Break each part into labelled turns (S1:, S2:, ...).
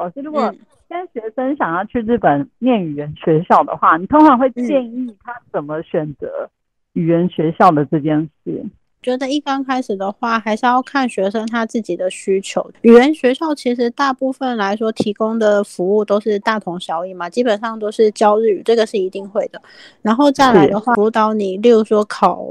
S1: 老师，如果现在学生想要去日本念语言学校的话，你通常会建议他怎么选择语言学校的这件事？
S2: 觉得一刚开始的话，还是要看学生他自己的需求。语言学校其实大部分来说提供的服务都是大同小异嘛，基本上都是教日语，这个是一定会的。然后再来的话，辅导你，例如说考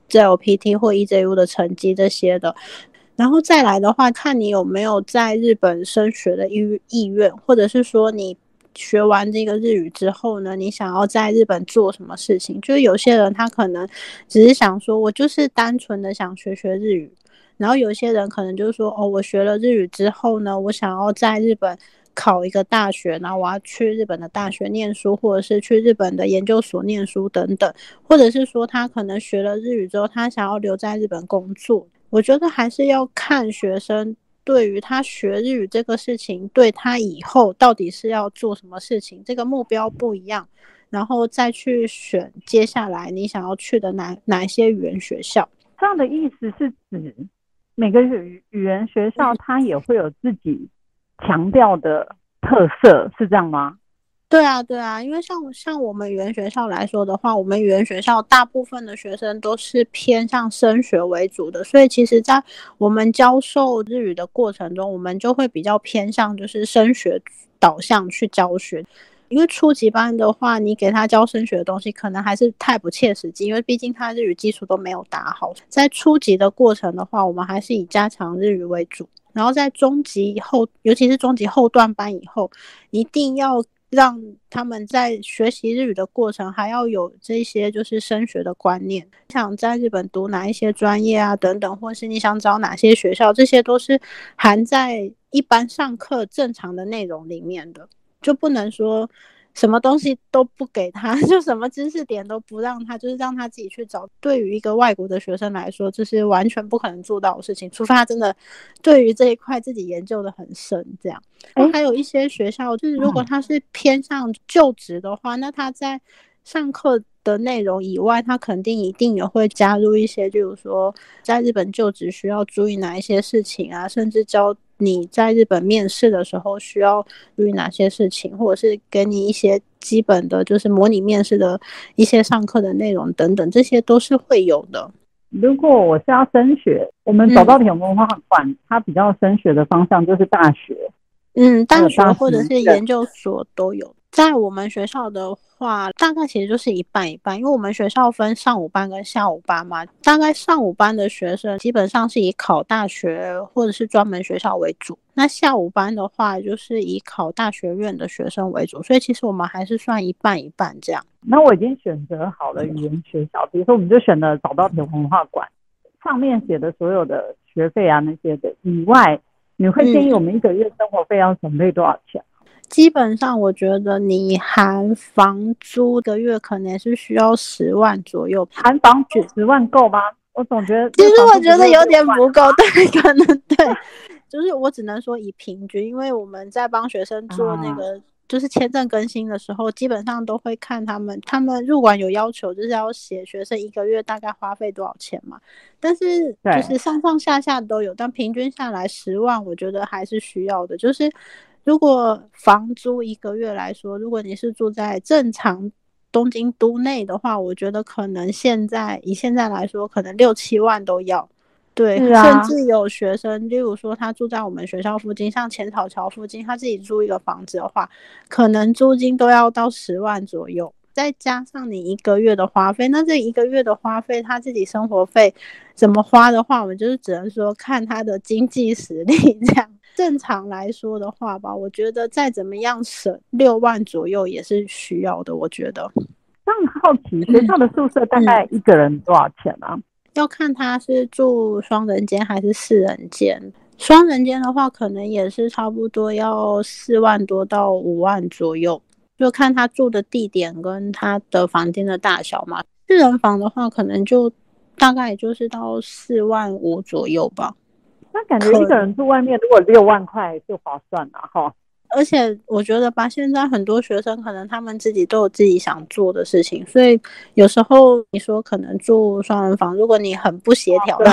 S2: JLPT 或 EJU 的成绩这些的。然后再来的话，看你有没有在日本升学的意愿，或者是说你学完这个日语之后呢，你想要在日本做什么事情。就是有些人他可能只是想说我就是单纯的想学日语，然后有些人可能就是说我学了日语之后呢，我想要在日本考一个大学，然后我要去日本的大学念书，或者是去日本的研究所念书等等，或者是说他可能学了日语之后他想要留在日本工作。我觉得还是要看学生对于他学日语这个事情，对他以后到底是要做什么事情，这个目标不一样，然后再去选接下来你想要去的哪一些语言学校。
S1: 这样的意思是指每个语言学校它也会有自己强调的特色，是这样吗？
S2: 对啊，因为像我们语言学校来说的话，我们语言学校大部分的学生都是偏向升学为主的，所以其实在我们教授日语的过程中，我们就会比较偏向就是升学导向去教学。因为初级班的话，你给他教升学的东西可能还是太不切实际，因为毕竟他日语基础都没有打好。在初级的过程的话，我们还是以加强日语为主，然后在中级以后，尤其是中级后段班以后，一定要让他们在学习日语的过程还要有这些就是升学的观念，想在日本读哪一些专业啊等等，或是你想找哪些学校，这些都是含在一般上课正常的内容里面的，就不能说什么东西都不给他，就什么知识点都不让他，就是让他自己去找。对于一个外国的学生来说，这是完全不可能做到的事情，除非他真的对于这一块自己研究的很深这样。还有一些学校就是如果他是偏向就职的话，那他在上课的内容以外，他肯定一定也会加入一些，比如说在日本就职需要注意哪一些事情啊，甚至教你在日本面试的时候需要注意哪些事情，或者是给你一些基本的就是模拟面试的一些上课的内容等等，这些都是会有的。
S1: 如果我是要升学，我们早稻田文化馆它比较升学的方向就是大学，
S2: 大学或者是研究所都有。在我们学校的话，大概其实就是一半一半，因为我们学校分上午班跟下午班嘛。大概上午班的学生基本上是以考大学或者是专门学校为主，那下午班的话就是以考大学院的学生为主，所以其实我们还是算一半一半这样。
S1: 那我已经选择好了语言学校，比如说我们就选了早稻田文化馆，上面写的所有的学费啊那些的以外，你会建议我们一个月生活费要准备多少钱？
S2: 基本上我觉得你含房租的月可能是需要10万左右。
S1: 含房租10万够吗？我总觉得
S2: 其实我觉得有点不够，对，可能对，就是我只能说以平均，因为我们在帮学生做那个就是签证更新的时候，基本上都会看他们入馆有要求就是要写学生一个月大概花费多少钱嘛，但是就是上上下下都有，但平均下来10万我觉得还是需要的。就是如果房租一个月来说，如果你是住在正常东京都内的话，我觉得可能以现在来说可能6-7万都要。对，甚至有学生例如说他住在我们学校附近，像浅草桥附近，他自己租一个房子的话，可能租金都要到10万左右，再加上你一个月的花费，那这一个月的花费他自己生活费怎么花的话，我们就是只能说看他的经济实力这样。正常来说的话吧，我觉得再怎么样省6万左右也是需要的，我觉得。
S1: 这样好奇，学校的宿舍大概一个人多少钱啊？
S2: 要看他是住双人间还是4人间。双人间的话可能也是差不多要4万多到5万左右，就看他住的地点跟他的房间的大小嘛。4人房的话可能就大概也就是到4万5左右吧。
S1: 那感觉一个人住外面如果6万块就划算了哈。
S2: 而且我觉得吧，现在很多学生可能他们自己都有自己想做的事情，所以有时候你说可能住双人房，如果你很不协调的话，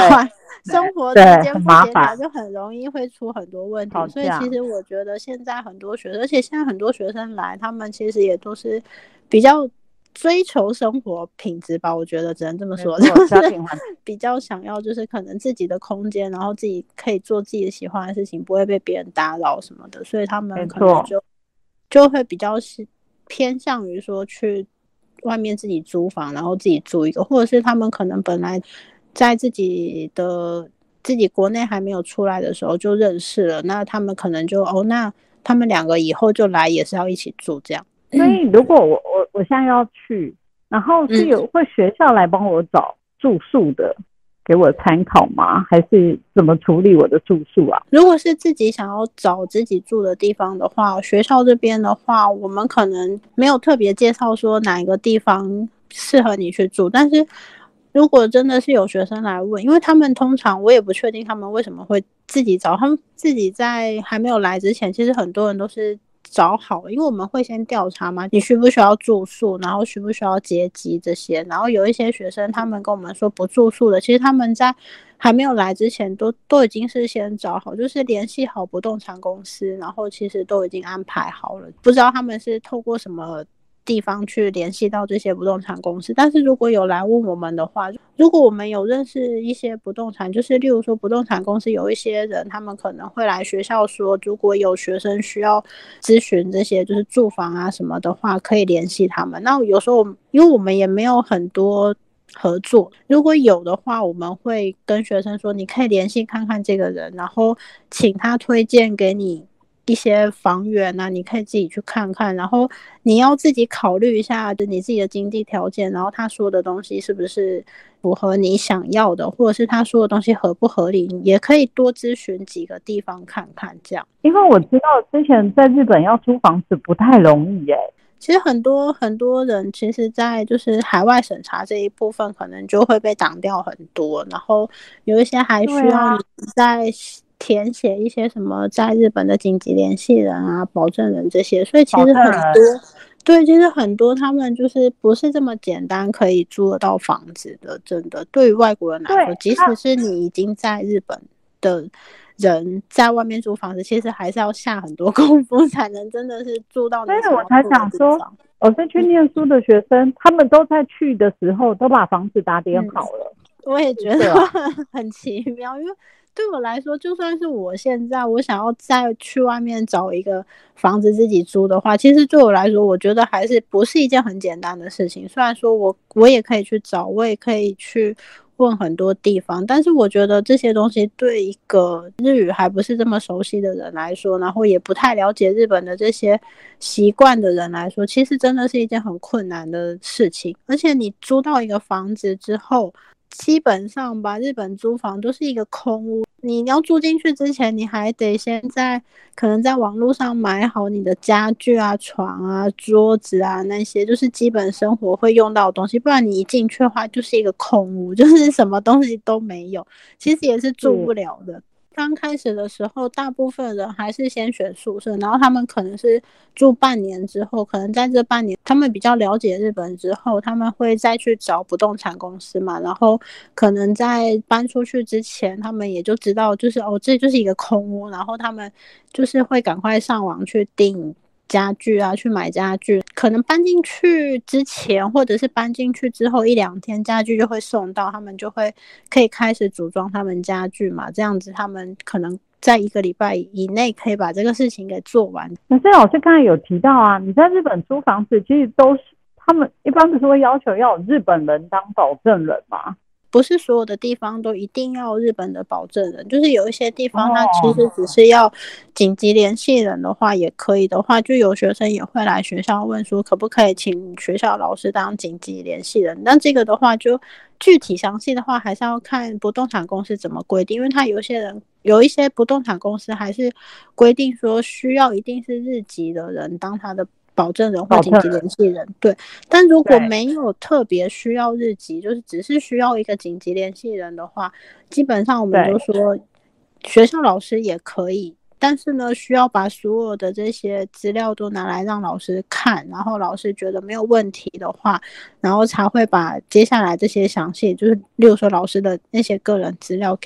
S2: 生活之
S1: 对，
S2: 间
S1: 很麻
S2: 不协调，
S1: 烦，
S2: 就很容易会出很多问题。
S1: 吵
S2: 所以其
S1: 架，
S2: 实我觉得现在很多学生，而且现在很多学生来，他们其实也都是比较追求生活品质吧，我觉得只能这么说，就
S1: 没错，家
S2: 是
S1: 庭环境，
S2: 比较想要就是可能自己的空间，然后自己可以做自己喜欢的事情，不会被别人打扰什么的，所以他们
S1: 没
S2: 可能
S1: 错，
S2: 就会比较是偏向于说去外面自己租房，然后自己租一个，或者是他们可能本来在自己国内还没有出来的时候就认识了，那他们可能就那他们两个以后就来也是要一起住这样。
S1: 所以如果我现在要去，然后是会学校来帮我找住宿的，给我参考吗？还是怎么处理我的住宿啊？
S2: 如果是自己想要找自己住的地方的话，学校这边的话，我们可能没有特别介绍说哪一个地方适合你去住，但是如果真的是有学生来问，因为他们通常我也不确定他们为什么会自己找，他们自己在还没有来之前，其实很多人都是找好，因为我们会先调查嘛，你需不需要住宿，然后需不需要接机这些，然后有一些学生他们跟我们说不住宿的，其实他们在还没有来之前都已经是先找好，就是联系好不动产公司，然后其实都已经安排好了，不知道他们是透过什么地方去联系到这些不动产公司。但是如果有来问我们的话，如果我们有认识一些不动产，就是例如说不动产公司有一些人，他们可能会来学校说，如果有学生需要咨询这些就是住房啊什么的话，可以联系他们。那有时候因为我们也没有很多合作，如果有的话，我们会跟学生说，你可以联系看看这个人，然后请他推荐给你一些房源啊，你可以自己去看看，然后你要自己考虑一下你自己的经济条件，然后他说的东西是不是符合你想要的，或者是他说的东西合不合理，也可以多咨询几个地方看看这样。
S1: 因为我知道之前在日本要租房子不太容易耶。
S2: 其实很多人，其实在就是海外审查这一部分，可能就会被挡掉很多，然后有一些还需要你在填写一些什么在日本的紧急联系人啊、保证人这些，所以其实很多，对，其实很多他们就是不是这么简单可以租得到房子的，真的。对于外国人来说，即使是你已经在日本的人在外面租房子，其实还是要下很多功夫才能真的是住到你想要住的地方。
S1: 所以我才想说，我是去念书的学生，他们都在去的时候都把房子打点好了。
S2: 我也觉得很奇妙，因为对我来说，就算是我现在我想要再去外面找一个房子自己租的话，其实对我来说，我觉得还是不是一件很简单的事情。虽然说我也可以去找，我也可以去问很多地方，但是我觉得这些东西对一个日语还不是这么熟悉的人来说，然后也不太了解日本的这些习惯的人来说，其实真的是一件很困难的事情。而且你租到一个房子之后，基本上吧，日本租房都是一个空屋。你要住进去之前，你还得先可能在网络上买好你的家具啊、床啊、桌子啊那些，就是基本生活会用到的东西。不然你一进去的话，就是一个空屋，就是什么东西都没有，其实也是住不了的。刚开始的时候，大部分人还是先选宿舍，然后他们可能是住半年之后，可能在这半年他们比较了解日本之后，他们会再去找不动产公司嘛，然后可能在搬出去之前，他们也就知道就是这就是一个空屋，然后他们就是会赶快上网去订家具啊，去买家具，可能搬进去之前或者是搬进去之后1-2天家具就会送到，他们就会可以开始组装他们家具嘛，这样子他们可能在1个礼拜以内可以把这个事情给做完。
S1: 可是老师刚才有提到啊，你在日本租房子其实都是他们一般不是会要求要有日本人当保证人吗？
S2: 不是所有的地方都一定要日本的保证人，就是有一些地方它其实只是要紧急联系人的话，也可以的话，就有学生也会来学校问说可不可以请学校老师当紧急联系人。但这个的话就具体详细的话还是要看不动产公司怎么规定，因为他有一些不动产公司还是规定说需要一定是日籍的人当他的保证人或紧急联系人，对。但如果没有特别需要日籍，就是只是需要一个紧急联系人的话，基本上我们就说学校老师也可以，但是呢，需要把所有的这些资料都拿来让老师看，然后老师觉得没有问题的话，然后才会把接下来这些详细，就是例如说老师的那些个人资料给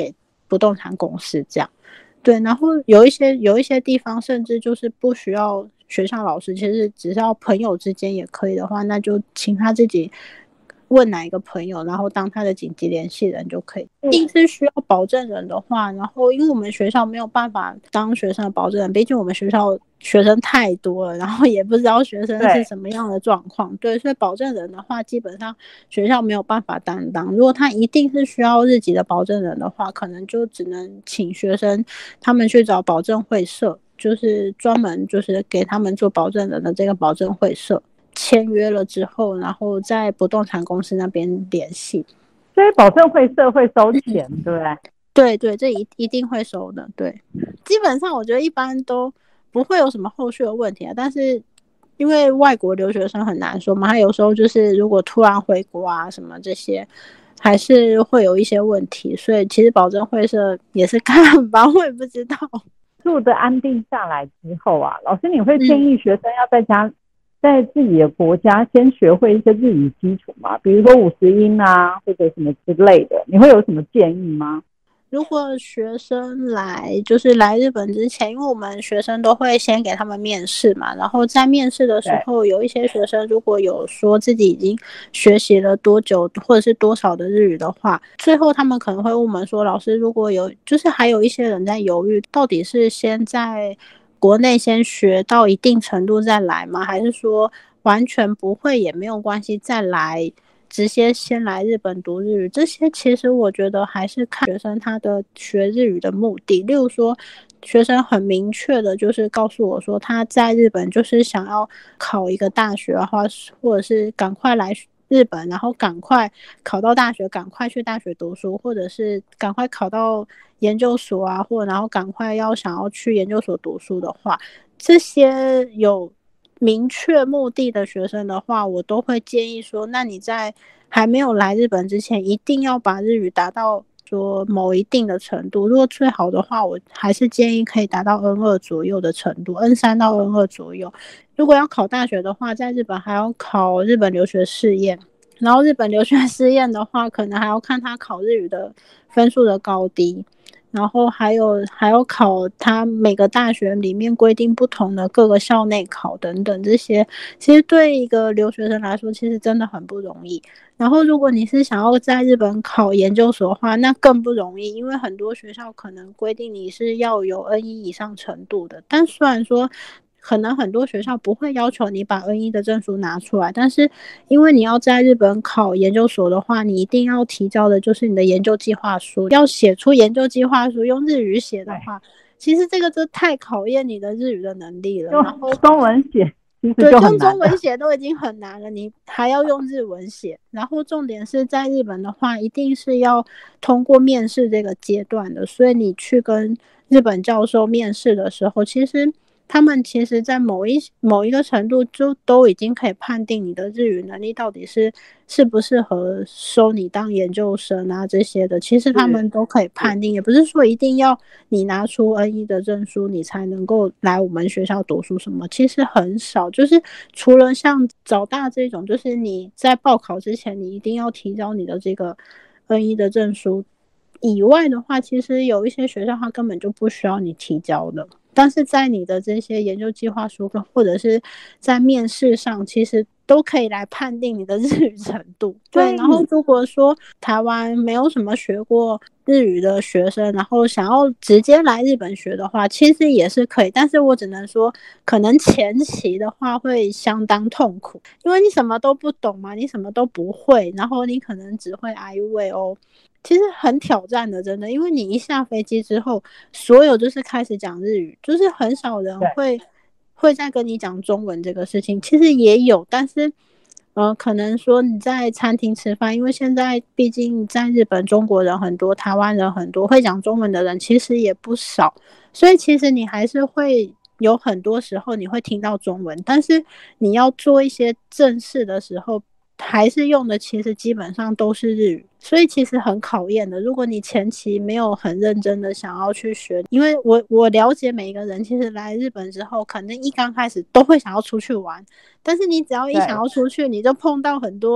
S2: 不动产公司这样。对，然后有一些地方甚至就是不需要学校老师，其实只是要朋友之间也可以的话，那就请他自己问哪一个朋友，然后当他的紧急联系人就可以。一定是需要保证人的话，然后因为我们学校没有办法当学生的保证人，毕竟我们学校学生太多了，然后也不知道学生是什么样的状况。对，所以保证人的话，基本上学校没有办法担当。如果他一定是需要日籍的保证人的话，可能就只能请学生他们去找保证会社，就是专门就是给他们做保证人的这个保证会社。签约了之后，然后在不动产公司那边联系。
S1: 所以保证会社会收钱，对不对？
S2: 对对，这一定会收的。对，基本上我觉得一般都不会有什么后续的问题啊。但是因为外国留学生很难说嘛，他有时候就是如果突然回国啊什么这些，还是会有一些问题。所以其实保证会社也是看吧，我也不知道。
S1: 住的安定下来之后啊，老师你会建议学生要在自己的国家先学会一些日语基础吗？比如说50音啊，或者什么之类的，你会有什么建议吗？
S2: 如果学生就是来日本之前，因为我们学生都会先给他们面试嘛，然后在面试的时候，有一些学生如果有说自己已经学习了多久或者是多少的日语的话，最后他们可能会问我们说，老师如果有就是还有一些人在犹豫，到底是先在国内先学到一定程度再来吗？还是说完全不会也没有关系再来？直接先来日本读日语，这些其实我觉得还是看学生他的学日语的目的。例如说，学生很明确的就是告诉我说，他在日本就是想要考一个大学的话，或者是赶快来日本，然后赶快考到大学，赶快去大学读书，或者是赶快考到研究所啊，然后赶快想要去研究所读书的话，这些有明确目的的学生的话，我都会建议说，那你在还没有来日本之前，一定要把日语达到说某一定的程度。如果最好的话，我还是建议可以达到 N2 左右的程度，N3 到 N2 左右。如果要考大学的话，在日本还要考日本留学试验，然后日本留学试验的话，可能还要看他考日语的分数的高低。然后还要考他每个大学里面规定不同的各个校内考等等，这些其实对一个留学生来说其实真的很不容易。然后如果你是想要在日本考研究所的话，那更不容易，因为很多学校可能规定你是要有 N1 以上程度的，但虽然说可能很多学校不会要求你把 N1 的证书拿出来，但是因为你要在日本考研究所的话，你一定要提交的就是你的研究计划书，要写出研究计划书，用日语写的话，其实这个就太考验你的日语的能力了。然后
S1: 中文写其实
S2: 对，
S1: 就很难，
S2: 用中文写都已经很难了，你还要用日文写。然后重点是在日本的话，一定是要通过面试这个阶段的，所以你去跟日本教授面试的时候，其实他们其实在某一个程度就都已经可以判定你的日语能力到底适不适合收你当研究生啊这些的，其实他们都可以判定，也不是说一定要你拿出 N1 的证书你才能够来我们学校读书什么，其实很少，就是除了像早大这种，就是你在报考之前你一定要提交你的这个 N1 的证书以外的话，其实有一些学校它根本就不需要你提交的。但是在你的这些研究计划书或者是在面试上，其实都可以来判定你的日语程度。对，然后如果说台湾没有什么学过日语的学生，然后想要直接来日本学的话，其实也是可以，但是我只能说可能前期的话会相当痛苦，因为你什么都不懂嘛，你什么都不会，然后你可能只会啊呦喂哦，其实很挑战的，真的，因为你一下飞机之后，所有就是开始讲日语，就是很少人会再跟你讲中文这个事情。其实也有，但是可能说你在餐厅吃饭，因为现在毕竟在日本中国人很多，台湾人很多，会讲中文的人其实也不少，所以其实你还是会有很多时候你会听到中文，但是你要做一些正事的时候，还是用的其实基本上都是日语，所以其实很考验的。如果你前期没有很认真的想要去学，因为我了解每一个人，其实来日本之后，可能刚开始都会想要出去玩，但是你只要一想要出去，你就碰到很多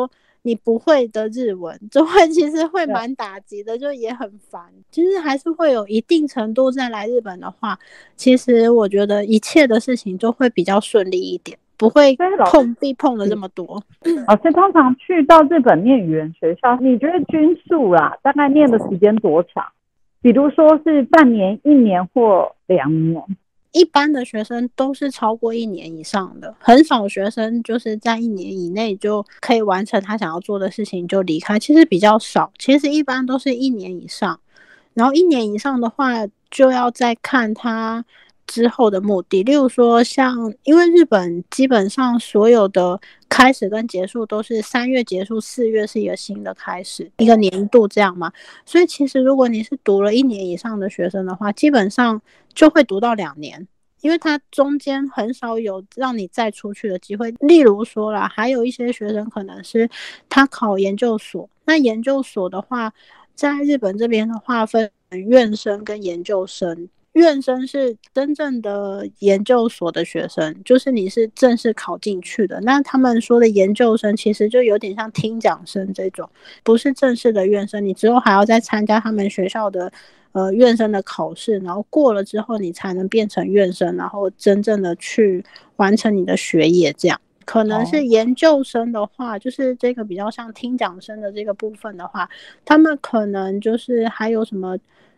S2: 你不会的日文，就会其实会蛮打击的，就也很烦。其实还是会有一定程度再来日本的话，其实我觉得一切的事情都会比较顺利一点，不会必碰的这么多。
S1: 老师通常去到日本念语言学校，你觉得均数啦，大概念的时间多长？比如说是半年、1年或2年？
S2: 一般的学生都是超过1年以上的，很少学生就是在1年以内就可以完成他想要做的事情就离开，其实比较少，其实一般都是1年以上，然后1年以上的话就要再看他之后的目的，例如说像因为日本基本上所有的开始跟结束都是3月结束，4月是一个新的开始，一个年度这样嘛，所以其实如果你是读了1年以上的学生的话，基本上就会读到2年，因为它中间很少有让你再出去的机会。例如说啦，还有一些学生可能是他考研究所，那研究所的话在日本这边的话分院生跟研究生，院生是真正的研究所的学生，就是你是正式考进去的，那他们说的研究生其实就有点像听讲生这种，不是正式的院生，你之后还要再参加他们学校的院生的考试，然后过了之后你才能变成院生，然后真正的去完成你的学业这样。可能是研究生的话，就是这个比较像听讲生的这个部分的话，他们可能就是还有什么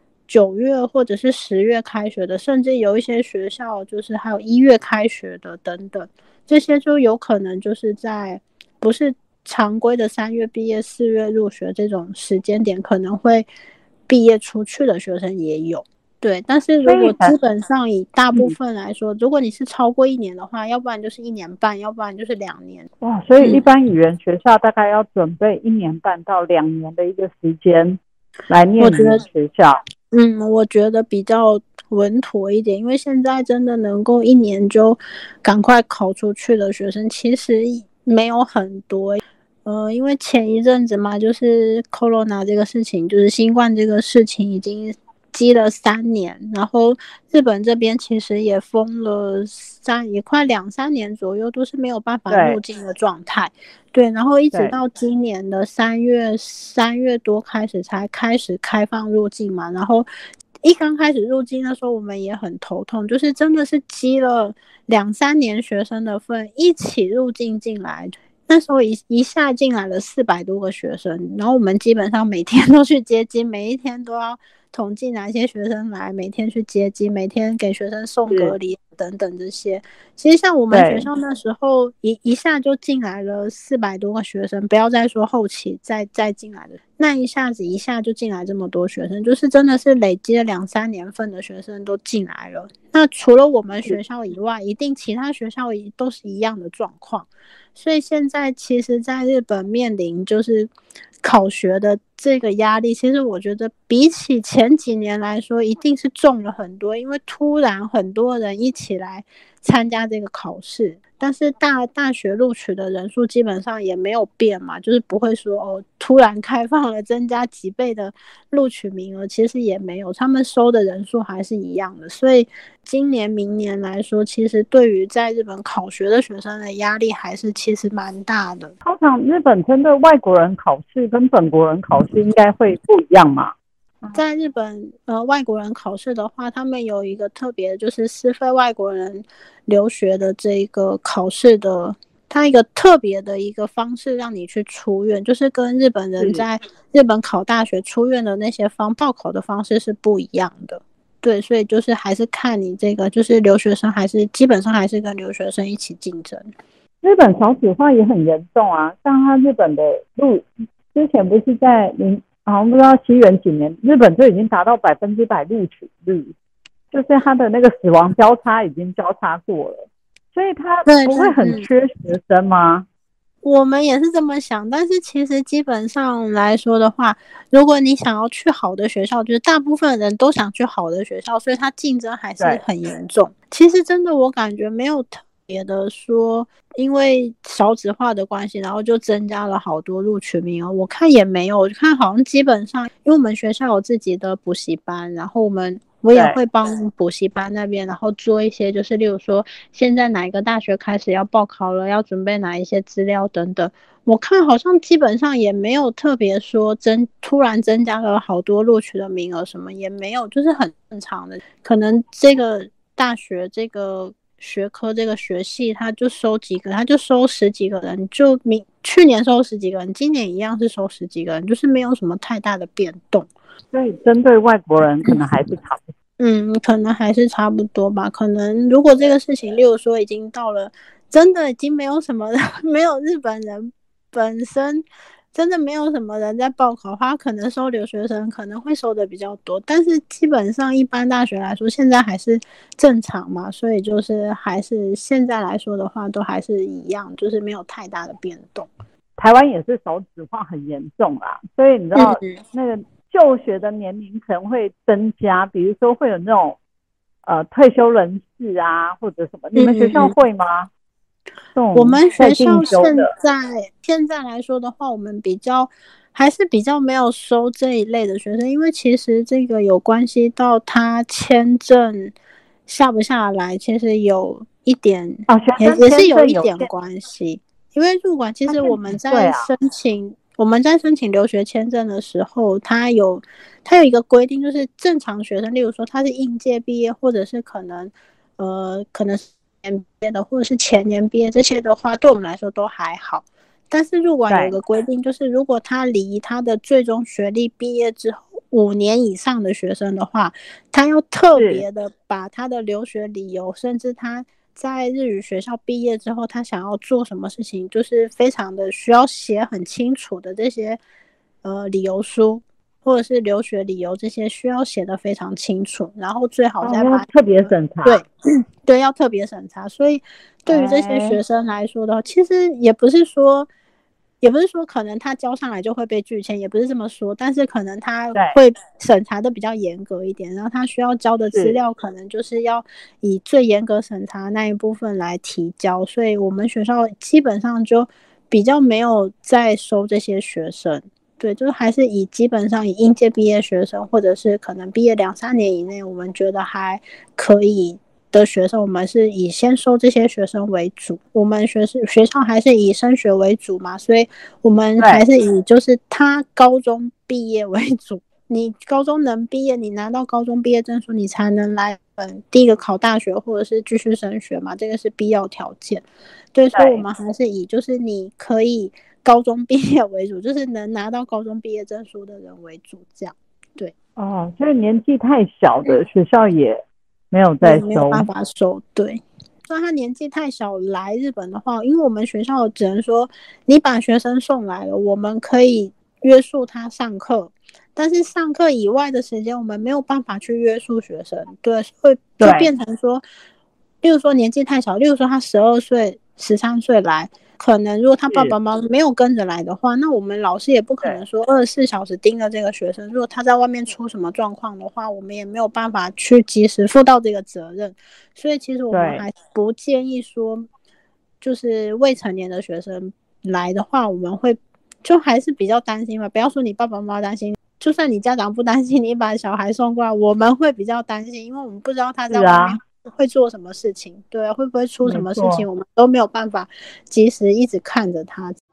S2: 9月或者是10月开学的，甚至有一些学校就是还有1月开学的等等，这些就有可能就是在不是常规的3月毕业4月入学这种时间点可能会毕业出去的学生也有。对，但是如果基本上以大部分来说，如果你是超过1年的话，要不然就是1年半，要不然就是2年。
S1: 哇，所以一般语言学校大概要准备1年半到2年的一个时间来念语言学校。
S2: 我觉得比较稳妥一点，因为现在真的能够1年就赶快考出去的学生其实没有很多。因为前一阵子嘛，就是 Corona 这个事情，就是新冠这个事情已经积了3年，然后日本这边其实也封了也快2-3年左右都是没有办法入境的状态。对，然后一直到今年的3月多开始才开始开放入境嘛，然后一刚开始入境的时候我们也很头痛，就是真的是积了2-3年学生的份一起入境进来，那时候一下进来了400多个学生，然后我们基本上每天都去接机，每一天都要统计哪些学生来，每天去接机，每天给学生送隔离等等这些。其实像我们学校那时候一下就进来了400多个学生，不要再说后期再进来的，那一下就进来这么多学生，就是真的是累积了2-3年份的学生都进来了。那除了我们学校以外，一定其他学校都是一样的状况。所以现在其实在日本面临就是考学的这个压力，其实我觉得比起前几年来说一定是重了很多，因为突然很多人一起来参加这个考试，但是大学录取的人数基本上也没有变嘛，就是不会说突然开放了增加几倍的录取名额，其实也没有，他们收的人数还是一样的。所以今年明年来说，其实对于在日本考学的学生的压力还是其实蛮大的。
S1: 通常日本针对外国人考试跟本国人考试应该会不一样嘛？
S2: 在日本外国人考试的话，他们有一个特别就是私费外国人留学的这个考试的，它一个特别的一个方式让你去出院，就是跟日本人在日本考大学出院的那些报考的方式是不一样的。对，所以就是还是看你这个就是留学生还是基本上还是跟留学生一起竞争。
S1: 日本少子化也很严重啊，像他日本的之前不是在好像不知道西元几年，日本就已经达到100%录取率，就是他的那个死亡交叉已经交叉过了，所以他不会很缺学生吗？
S2: 我们也是这么想，但是其实基本上来说的话，如果你想要去好的学校，就是大部分人都想去好的学校，所以它竞争还是很严重。其实真的我感觉没有特别的说因为少子化的关系然后就增加了好多录取名额，我看也没有，我看好像基本上因为我们学校有自己的补习班，然后我们我也会帮补习班那边，然后做一些就是例如说现在哪一个大学开始要报考了，要准备哪一些资料等等。我看好像基本上也没有特别说突然增加了好多录取的名额，什么也没有，就是很正常的。可能这个大学这个学科这个学系他就收几个，他就收十几个人，去年收十几个人，今年一样是收十几个人，就是没有什么太大的变动。
S1: 所以针对外国人可能还是差不多。
S2: 可能还是差不多吧。可能如果这个事情，例如说已经到了真的已经没有什么人，没有日本人本身真的没有什么人在报考的话，可能收留学生可能会收的比较多。但是基本上一般大学来说，现在还是正常嘛，所以就是还是现在来说的话，都还是一样，就是没有太大的变动。
S1: 台湾也是少子化很严重啦，所以你知道那个就学的年龄可能会增加，比如说会有那种退休人士啊，或者什么，你们学校会吗？
S2: 我们学校现在来说的话，我们还是比较没有收这一类的学生，因为其实这个有关系到他签证下不下来，其实有一点也是有一点关系。因为入管其实我们在申请留学签证的时候，它有一个规定，就是正常学生，例如说他是应届毕业，或者是可能是年毕业的，或者是前年毕业，这些的话对我们来说都还好。但是入管有一个规定，就是如果他离他的最终学历毕业之后5年以上的学生的话，他要特别的把他的留学理由，甚至他在日语学校毕业之后他想要做什么事情，就是非常的需要写很清楚的这些理由书，或者是留学理由，这些需要写的非常清楚，然后最好再把
S1: 特别审查。
S2: 对，要特别审查。所以对于这些学生来说的话，其实也不是说可能他交上来就会被拒签，也不是这么说，但是可能他会审查的比较严格一点，然后他需要交的资料可能就是要以最严格审查那一部分来提交，所以我们学校基本上就比较没有在收这些学生。对，就是还是基本上以应届毕业学生，或者是可能毕业2-3年以内，我们觉得还可以的学生，我们是以先收这些学生为主。我们学校还是以升学为主嘛，所以我们还是以就是他高中毕业为主。你高中能毕业，你拿到高中毕业证书，你才能来第一个考大学或者是继续升学嘛，这个是必要条件。对，所以我们还是以就是你可以高中毕业为主，就是能拿到高中毕业证书的人为主，这样。对。
S1: 所以年纪太小的学校也没有在收，
S2: 没有办法收。对，说他年纪太小来日本的话，因为我们学校只能说你把学生送来了，我们可以约束他上课，但是上课以外的时间我们没有办法去约束学生。对，会就变成说，例如说年纪太小，例如说他12岁13岁来，可能如果他爸爸妈妈没有跟着来的话，那我们老师也不可能说24小时盯着这个学生，如果他在外面出什么状况的话，我们也没有办法去及时负到这个责任。所以其实我们还不建议说，就是未成年的学生来的话，我们会就还是比较担心嘛。不要说你爸爸妈妈担心，就算你家长不担心，你把小孩送过来，我们会比较担心，因为我们不知道他在外面会做什么事情，对，会不会出什么事情，我们都没有办法及时一直看着他。